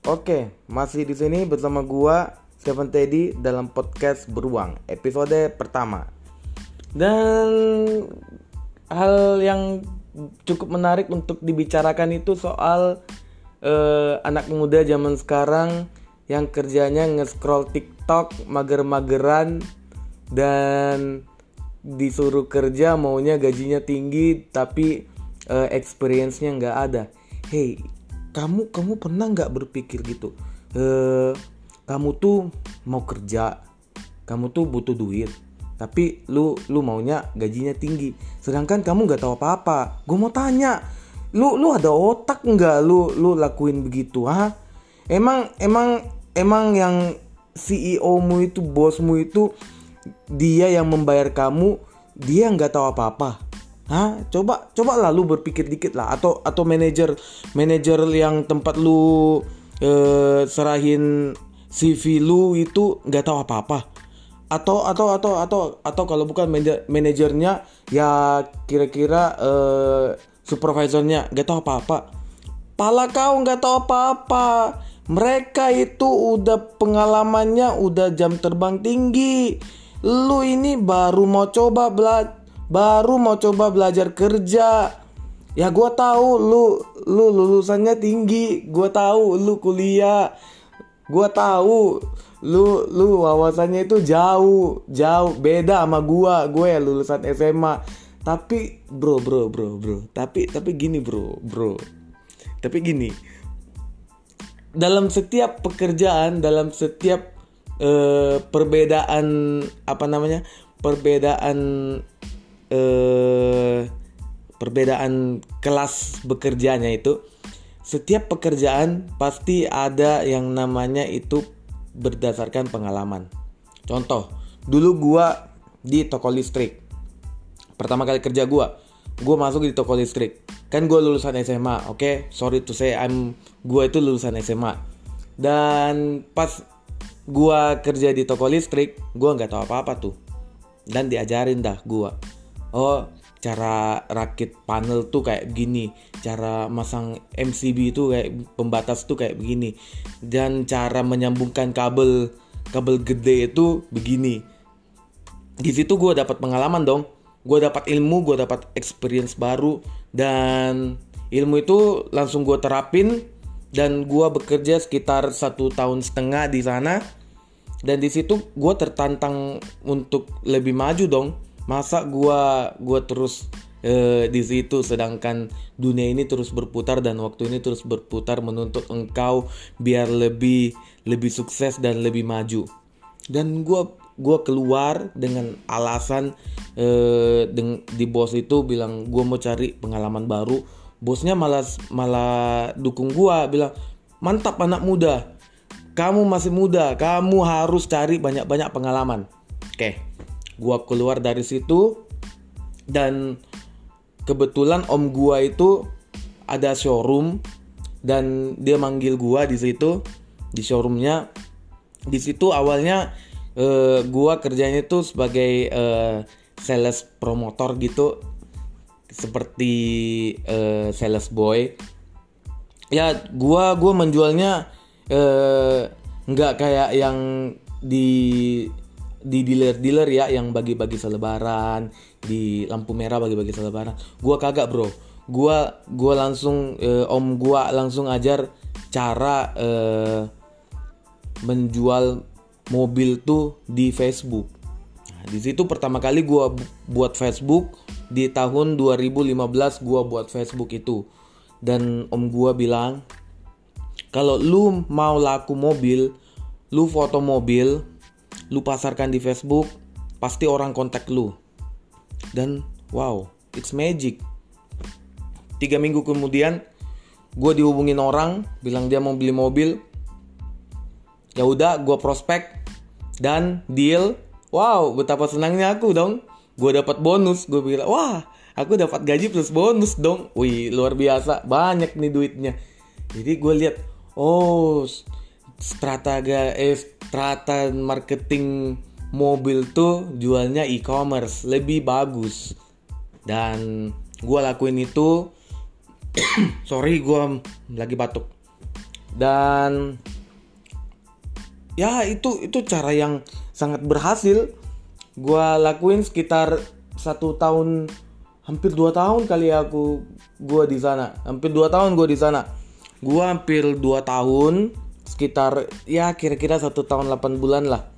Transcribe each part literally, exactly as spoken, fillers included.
Oke, masih di sini bersama gua Stephen Teddy dalam podcast Beruang episode pertama. Dan hal yang cukup menarik untuk dibicarakan itu soal eh, anak muda zaman sekarang yang kerjanya nge-scroll TikTok mager-mageran dan disuruh kerja maunya gajinya tinggi tapi eh, experience-nya nggak ada. Hey, kamu kamu pernah nggak berpikir gitu? Eh, kamu tuh mau kerja, kamu tuh butuh duit, tapi lu lu maunya gajinya tinggi. Sedangkan kamu nggak tahu apa-apa. Gue mau tanya, lu lu ada otak nggak lu lu lakuin begitu? Ha? Emang emang emang yang C E O-mu itu, bosmu itu, dia yang membayar kamu, dia nggak tahu apa-apa. Hah? Coba coba lah lu berpikir dikit lah, atau atau manajer manajer yang tempat lu eh, serahin C V lu itu nggak tahu apa-apa. Atau atau atau atau atau kalau bukan manajer, manajernya ya kira-kira eh, supervisornya nggak tahu apa-apa. Pala kau nggak tahu apa-apa. Mereka itu udah pengalamannya, udah jam terbang tinggi. Lu ini baru mau coba belajar, baru mau coba belajar kerja. Ya gue tahu lu lu lulusannya tinggi, gue tahu lu kuliah, gue tahu lu lu wawasannya itu jauh jauh beda sama gue gue lulusan S M A. Tapi bro bro bro bro tapi tapi gini bro bro tapi gini, dalam setiap pekerjaan, dalam setiap eh, perbedaan apa namanya perbedaan eh, perbedaan kelas bekerjanya itu, setiap pekerjaan pasti ada yang namanya itu berdasarkan pengalaman. Contoh, dulu gua di toko listrik. Pertama kali kerja gua, gua masuk di toko listrik. Kan gua lulusan S M A, oke? Okay? Sorry to say I'm gua itu lulusan S M A. Dan pas gua kerja di toko listrik, gua enggak tahu apa-apa tuh. Dan diajarin dah gua. Oh, cara rakit panel tuh kayak begini, cara masang M C B itu kayak pembatas tuh kayak begini, dan cara menyambungkan kabel kabel gede itu begini. Di situ gue dapat pengalaman dong, gue dapat ilmu, gue dapat experience baru, dan ilmu itu langsung gue terapin, dan gue bekerja sekitar satu tahun setengah di sana. Dan di situ gue tertantang untuk lebih maju dong. Masa gua gua terus eh, di situ, sedangkan dunia ini terus berputar dan waktu ini terus berputar menuntut engkau biar lebih lebih sukses dan lebih maju. Dan gua gua keluar dengan alasan eh, deng, di bos itu bilang gua mau cari pengalaman baru. Bosnya malah malah dukung gua, bilang, "Mantap anak muda. Kamu masih muda, kamu harus cari banyak-banyak pengalaman." Oke. Gua keluar dari situ, dan kebetulan om gua itu ada showroom, dan dia manggil gua di situ, di showroomnya. Di situ awalnya eh, gua kerjanya itu sebagai eh, sales promotor gitu, seperti eh, sales boy. Ya gua gua menjualnya eh, nggak kayak yang di di dealer-dealer ya, yang bagi-bagi selebaran, di lampu merah bagi-bagi selebaran. Gua kagak bro, gua gua langsung eh, om gua langsung ajar cara eh, menjual mobil tuh di Facebook. Nah, di situ pertama kali gua buat Facebook di tahun dua ribu lima belas, gua buat Facebook itu. Dan om gua bilang, kalau lu mau laku mobil, lu foto mobil, lu pasarkan di Facebook, pasti orang kontak lu. Dan wow, it's magic. Tiga minggu kemudian, gue dihubungin orang, bilang dia mau beli mobil. Ya udah, gue prospek dan deal. Wow, betapa senangnya aku dong. Gue dapat bonus. Gue bilang, wah, aku dapat gaji plus bonus dong. Wih, luar biasa, banyak nih duitnya. Jadi gue lihat, oh, stratega eh, strata marketing mobil tuh jualnya e-commerce lebih bagus. Dan gue lakuin itu. Sorry, gue lagi batuk. Dan ya itu itu cara yang sangat berhasil gua lakuin sekitar satu tahun, hampir dua tahun kali ya aku gua di sana. Hampir dua tahun gua di sana. Gua hampir dua tahun, sekitar ya kira-kira satu tahun delapan bulan lah.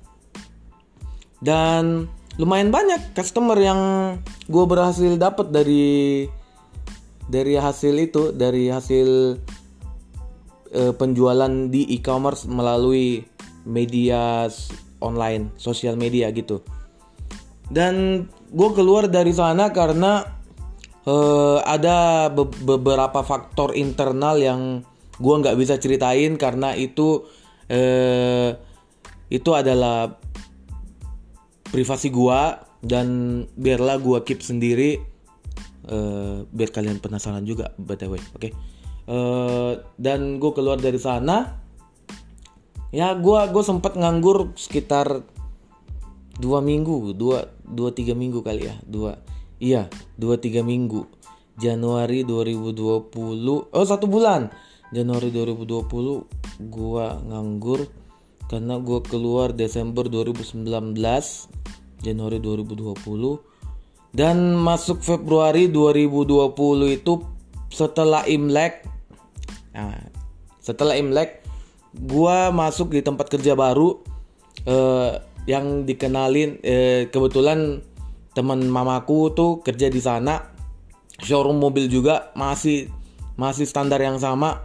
Dan lumayan banyak customer yang gua berhasil dapat dari dari hasil itu, dari hasil eh, penjualan di e-commerce melalui media online, sosial media gitu. Dan gue keluar dari sana karena uh, ada be- beberapa faktor internal yang gue nggak bisa ceritain karena itu uh, itu adalah privasi gue, dan biarlah gue keep sendiri uh, biar kalian penasaran juga btw, oke? Okay? Uh, dan gue keluar dari sana, ya gue gue sempat nganggur sekitar dua minggu, dua dua tiga minggu kali ya, dua iya dua tiga minggu. Januari dua ribu dua puluh, oh satu bulan. Januari dua ribu dua puluh gua nganggur karena gua keluar Desember dua ribu sembilan belas, Januari dua ribu dua puluh, dan masuk Februari dua ribu dua puluh itu setelah Imlek. Nah, setelah Imlek gua masuk di tempat kerja baru. Eh, yang dikenalin eh, kebetulan teman mamaku tuh kerja di sana, showroom mobil juga, masih masih standar yang sama.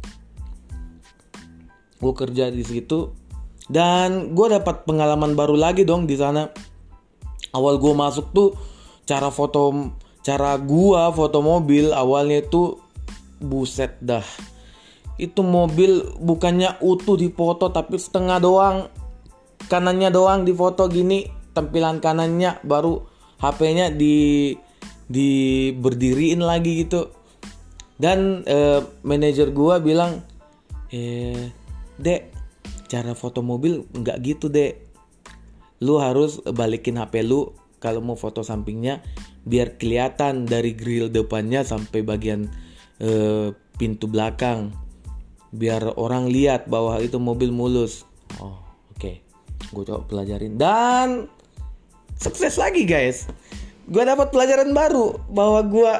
Gue kerja di situ dan gue dapat pengalaman baru lagi dong di sana. Awal gue masuk tuh cara foto cara gue foto mobil awalnya tuh buset dah. Itu mobil bukannya utuh dipoto tapi setengah doang. Kanannya doang di foto gini, tampilan kanannya, baru H P-nya di di berdiriin lagi gitu. Dan eh, manajer gua bilang, eh dek, cara foto mobil nggak gitu dek, lu harus balikin H P lu kalau mau foto sampingnya biar kelihatan dari grill depannya sampai bagian eh, pintu belakang, biar orang lihat bahwa itu mobil mulus. Oh oke, okay. Gue coba pelajarin dan sukses lagi guys. Gue dapat pelajaran baru bahwa gue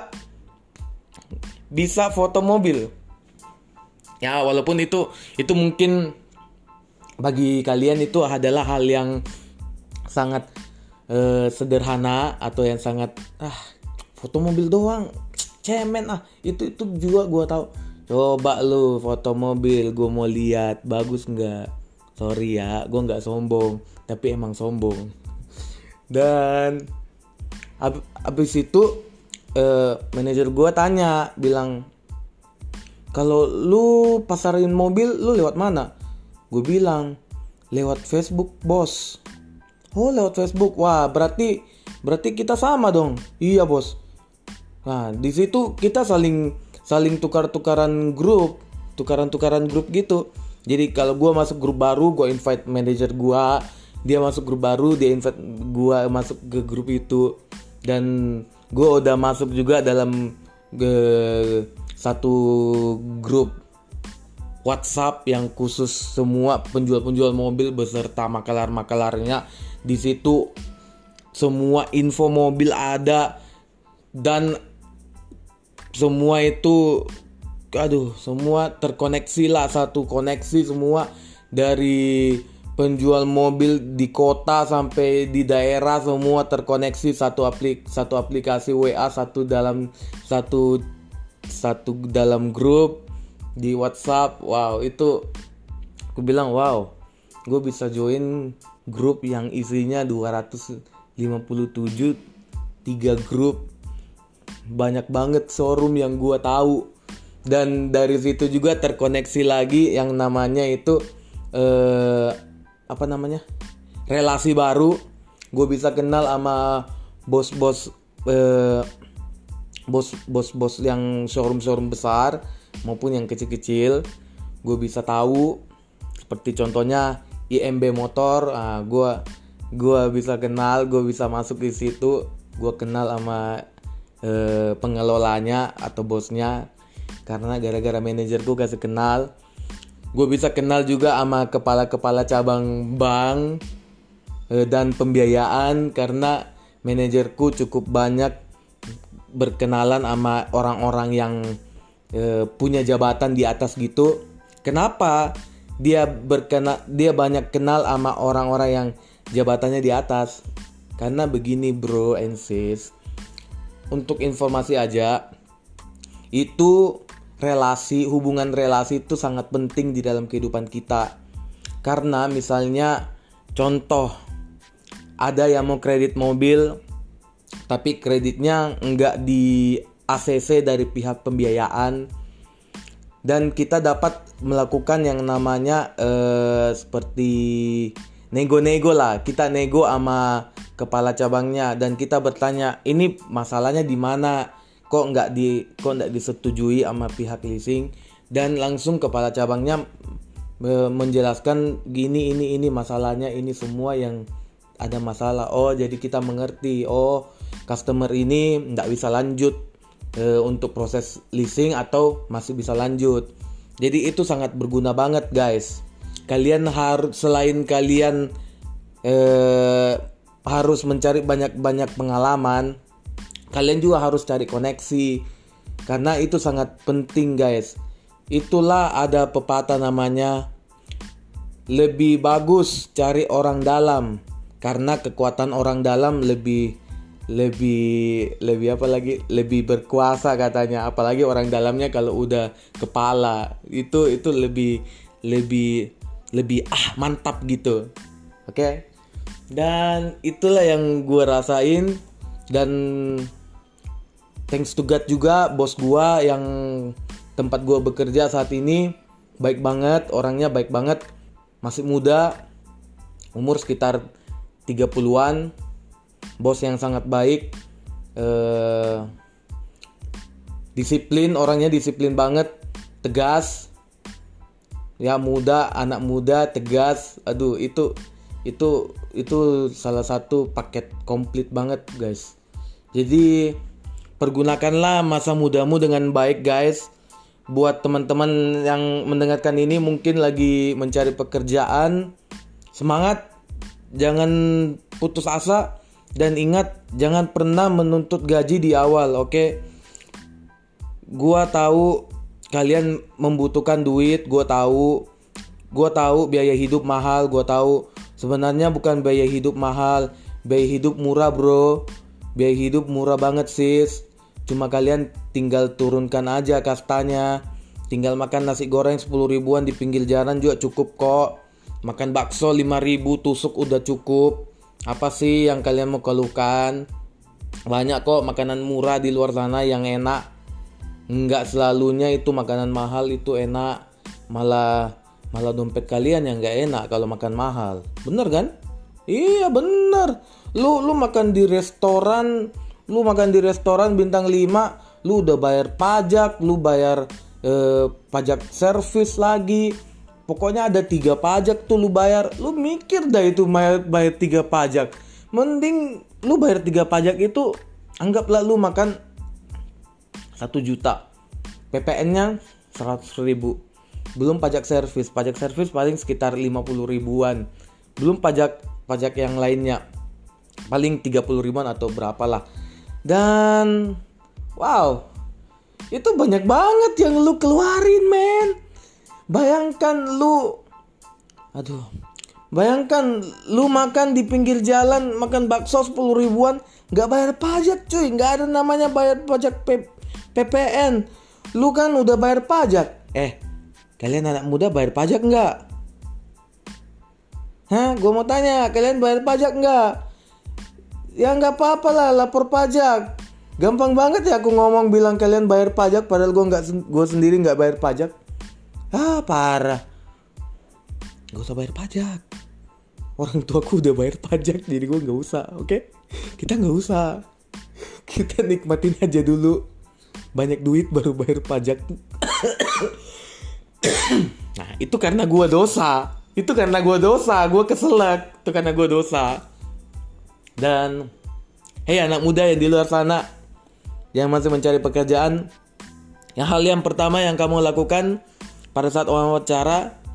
bisa foto mobil. Ya walaupun itu itu mungkin bagi kalian itu adalah hal yang sangat eh, sederhana atau yang sangat ah foto mobil doang, cemen ah itu itu juga gue tahu. Coba lu foto mobil, gue mau lihat bagus nggak. Sorry ya, gue nggak sombong, tapi emang sombong. Dan ab- abis itu uh, manajer gue tanya, bilang, kalau lu pasarin mobil, lu lewat mana? Gue bilang, lewat Facebook bos. Oh lewat Facebook, wah berarti berarti kita sama dong. Iya bos. Nah di situ kita saling saling tukar-tukaran grup, tukaran-tukaran grup gitu. Jadi kalau gue masuk grup baru, gue invite manajer gue, dia masuk grup baru, dia invite gue masuk ke grup itu. Dan gue udah masuk juga dalam ke satu grup WhatsApp yang khusus semua penjual-penjual mobil beserta makalar-makalarnya. Di situ semua info mobil ada, dan semua itu aduh semua terkoneksi lah, satu koneksi semua, dari penjual mobil di kota sampai di daerah semua terkoneksi, satu aplik satu aplikasi W A, satu dalam satu satu dalam grup di WhatsApp. Wow, itu aku bilang wow, gue bisa join grup yang isinya dua ratus lima puluh tujuh, tiga grup, banyak banget showroom yang gue tahu. Dan dari situ juga terkoneksi lagi yang namanya itu eh, apa namanya relasi baru. Gue bisa kenal sama bos-bos eh, bos-bos-bos yang showroom-showroom besar maupun yang kecil-kecil. Gue bisa tahu, seperti contohnya I M B Motor. Nah, gue gue bisa kenal, gue bisa masuk di situ. Gue kenal sama eh, pengelolanya atau bosnya, karena gara-gara manajerku kasih kenal. gue bisa kenal juga sama kepala-kepala cabang bank eh, dan pembiayaan, karena manajerku cukup banyak berkenalan sama orang-orang yang eh, punya jabatan di atas gitu. Kenapa dia berkenal, dia banyak kenal sama orang-orang yang jabatannya di atas? Karena begini bro and sis, untuk informasi aja, itu relasi, hubungan relasi itu sangat penting di dalam kehidupan kita. Karena misalnya contoh, ada yang mau kredit mobil tapi kreditnya enggak di A C C dari pihak pembiayaan, dan kita dapat melakukan yang namanya eh, seperti nego-nego lah. Kita nego sama kepala cabangnya dan kita bertanya, ini masalahnya di mana? Kok nggak di kok nggak disetujui sama pihak leasing? Dan langsung kepala cabangnya e, menjelaskan gini ini ini masalahnya, ini semua yang ada masalah. Oh jadi kita mengerti. Oh customer ini nggak bisa lanjut e, untuk proses leasing atau masih bisa lanjut. Jadi itu sangat berguna banget guys. Kalian harus, selain kalian e, harus mencari banyak-banyak pengalaman, kalian juga harus cari koneksi, karena itu sangat penting guys. Itulah ada pepatah namanya, lebih bagus cari orang dalam, karena kekuatan orang dalam lebih lebih lebih apa lagi lebih berkuasa katanya. Apalagi orang dalamnya kalau udah kepala, itu itu lebih lebih lebih ah mantap gitu. Oke okay? Dan itulah yang gue rasain. Dan thanks to God juga, bos gue yang tempat gue bekerja saat ini baik banget, orangnya baik banget, masih muda, umur sekitar tiga puluhan, bos yang sangat baik, eh, disiplin, orangnya disiplin banget, tegas, ya muda, anak muda, tegas. Aduh itu itu itu salah satu paket komplit banget guys. Jadi pergunakanlah masa mudamu dengan baik guys. Buat teman-teman yang mendengarkan ini mungkin lagi mencari pekerjaan, semangat, jangan putus asa, dan ingat jangan pernah menuntut gaji di awal. Oke okay? Gua tahu kalian membutuhkan duit, gua tahu gua tahu biaya hidup mahal, gua tahu. Sebenarnya bukan biaya hidup mahal, biaya hidup murah bro. Biaya hidup murah banget sis. Cuma kalian tinggal turunkan aja kastanya. Tinggal makan nasi goreng sepuluh ribuan di pinggir jalan juga cukup kok. Makan bakso lima ribu tusuk udah cukup. Apa sih yang kalian mau keluhkan? Banyak kok makanan murah di luar sana yang enak. Enggak selalunya itu makanan mahal itu enak. Malah Malah dompet kalian yang gak enak kalau makan mahal. Bener kan? Iya bener. Lu lu makan di restoran, lu makan di restoran bintang lima, lu udah bayar pajak, lu bayar eh, pajak servis lagi. Pokoknya ada tiga pajak tuh lu bayar. Lu mikir dah itu bayar, bayar tiga pajak. Mending lu bayar tiga pajak itu, anggaplah lu makan satu juta. P P N-nya seratus ribu. Belum pajak servis, pajak servis paling sekitar lima puluh ribuan. Belum pajak pajak yang lainnya, paling tiga puluh ribuan atau berapa lah. Dan wow, itu banyak banget yang lu keluarin men. Bayangkan lu, aduh, bayangkan lu makan di pinggir jalan, makan bakso sepuluh ribuan, gak bayar pajak cuy. Gak ada namanya bayar pajak P- PPN. Lu kan udah bayar pajak. Eh Kalian anak muda bayar pajak nggak? Hah? Gue mau tanya, kalian bayar pajak nggak? Ya nggak apa-apa lah, lapor pajak. Gampang banget ya aku ngomong bilang kalian bayar pajak, padahal gue nggak, gue sendiri nggak bayar pajak. Ah parah. Gak usah bayar pajak. Orang tuaku udah bayar pajak, jadi gue nggak usah. Oke? Okay? Kita nggak usah. Kita nikmatin aja dulu. Banyak duit baru bayar pajak. Nah itu karena gue dosa. Itu karena gue dosa. Gue keselak. Itu karena gue dosa. Dan hey anak muda yang di luar sana, yang masih mencari pekerjaan, yang hal yang pertama yang kamu lakukan pada saat wawancara,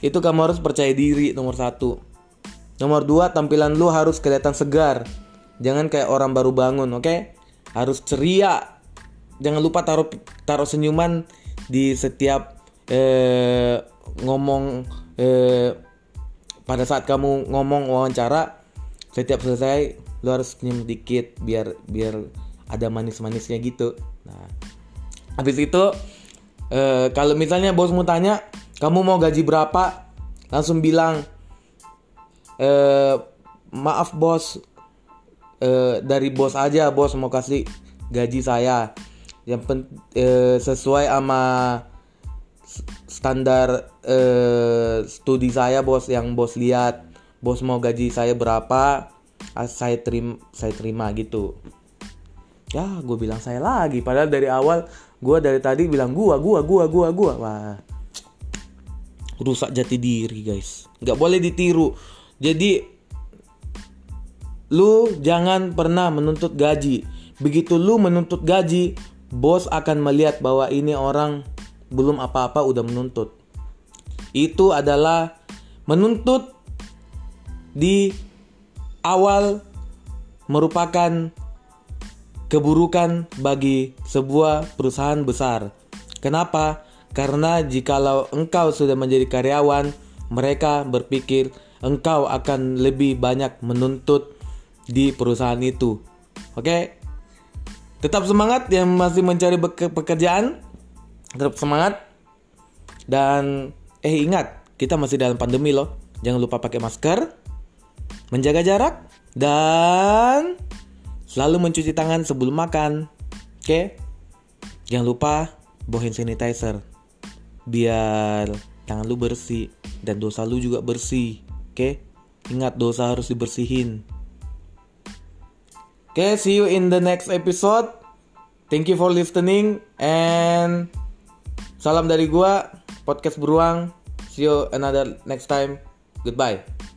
itu kamu harus percaya diri, nomor satu. Nomor dua, tampilan lu harus kelihatan segar. Jangan kayak orang baru bangun, oke? Okay? Harus ceria. Jangan lupa taruh taruh senyuman di setiap eh, ngomong eh, pada saat kamu ngomong wawancara. Setiap selesai lu harus senyum dikit biar biar ada manis-manisnya gitu. Nah, habis itu eh, kalau misalnya bosmu tanya, kamu mau gaji berapa? Langsung bilang, eh, maaf bos, eh, dari bos aja, bos mau kasih gaji saya yang pen, eh, sesuai sama standar eh, studi saya bos, yang bos lihat. Bos mau gaji saya berapa, saya terima, saya terima gitu. Ya, gue bilang saya lagi, padahal dari awal gue dari tadi bilang gua, gua, gua, gua, gua. Wah, rusak jati diri guys, nggak boleh ditiru. Jadi lu jangan pernah menuntut gaji. Begitu lu menuntut gaji, bos akan melihat bahwa ini orang belum apa-apa udah menuntut. Itu adalah menuntut di awal merupakan keburukan bagi sebuah perusahaan besar. Kenapa? Karena jikalau engkau sudah menjadi karyawan, mereka berpikir engkau akan lebih banyak menuntut di perusahaan itu. Oke? Tetap semangat yang masih mencari pekerjaan. Tetap semangat. Dan eh ingat, kita masih dalam pandemi loh. Jangan lupa pakai masker, menjaga jarak, dan selalu mencuci tangan sebelum makan. Oke? Jangan lupa bawa hand sanitizer biar tangan lu bersih dan dosa lu juga bersih. Oke? Ingat, dosa harus dibersihin. Oke, see you in the next episode. Thank you for listening and salam dari gua, Podcast Beruang. See you another next time. Goodbye.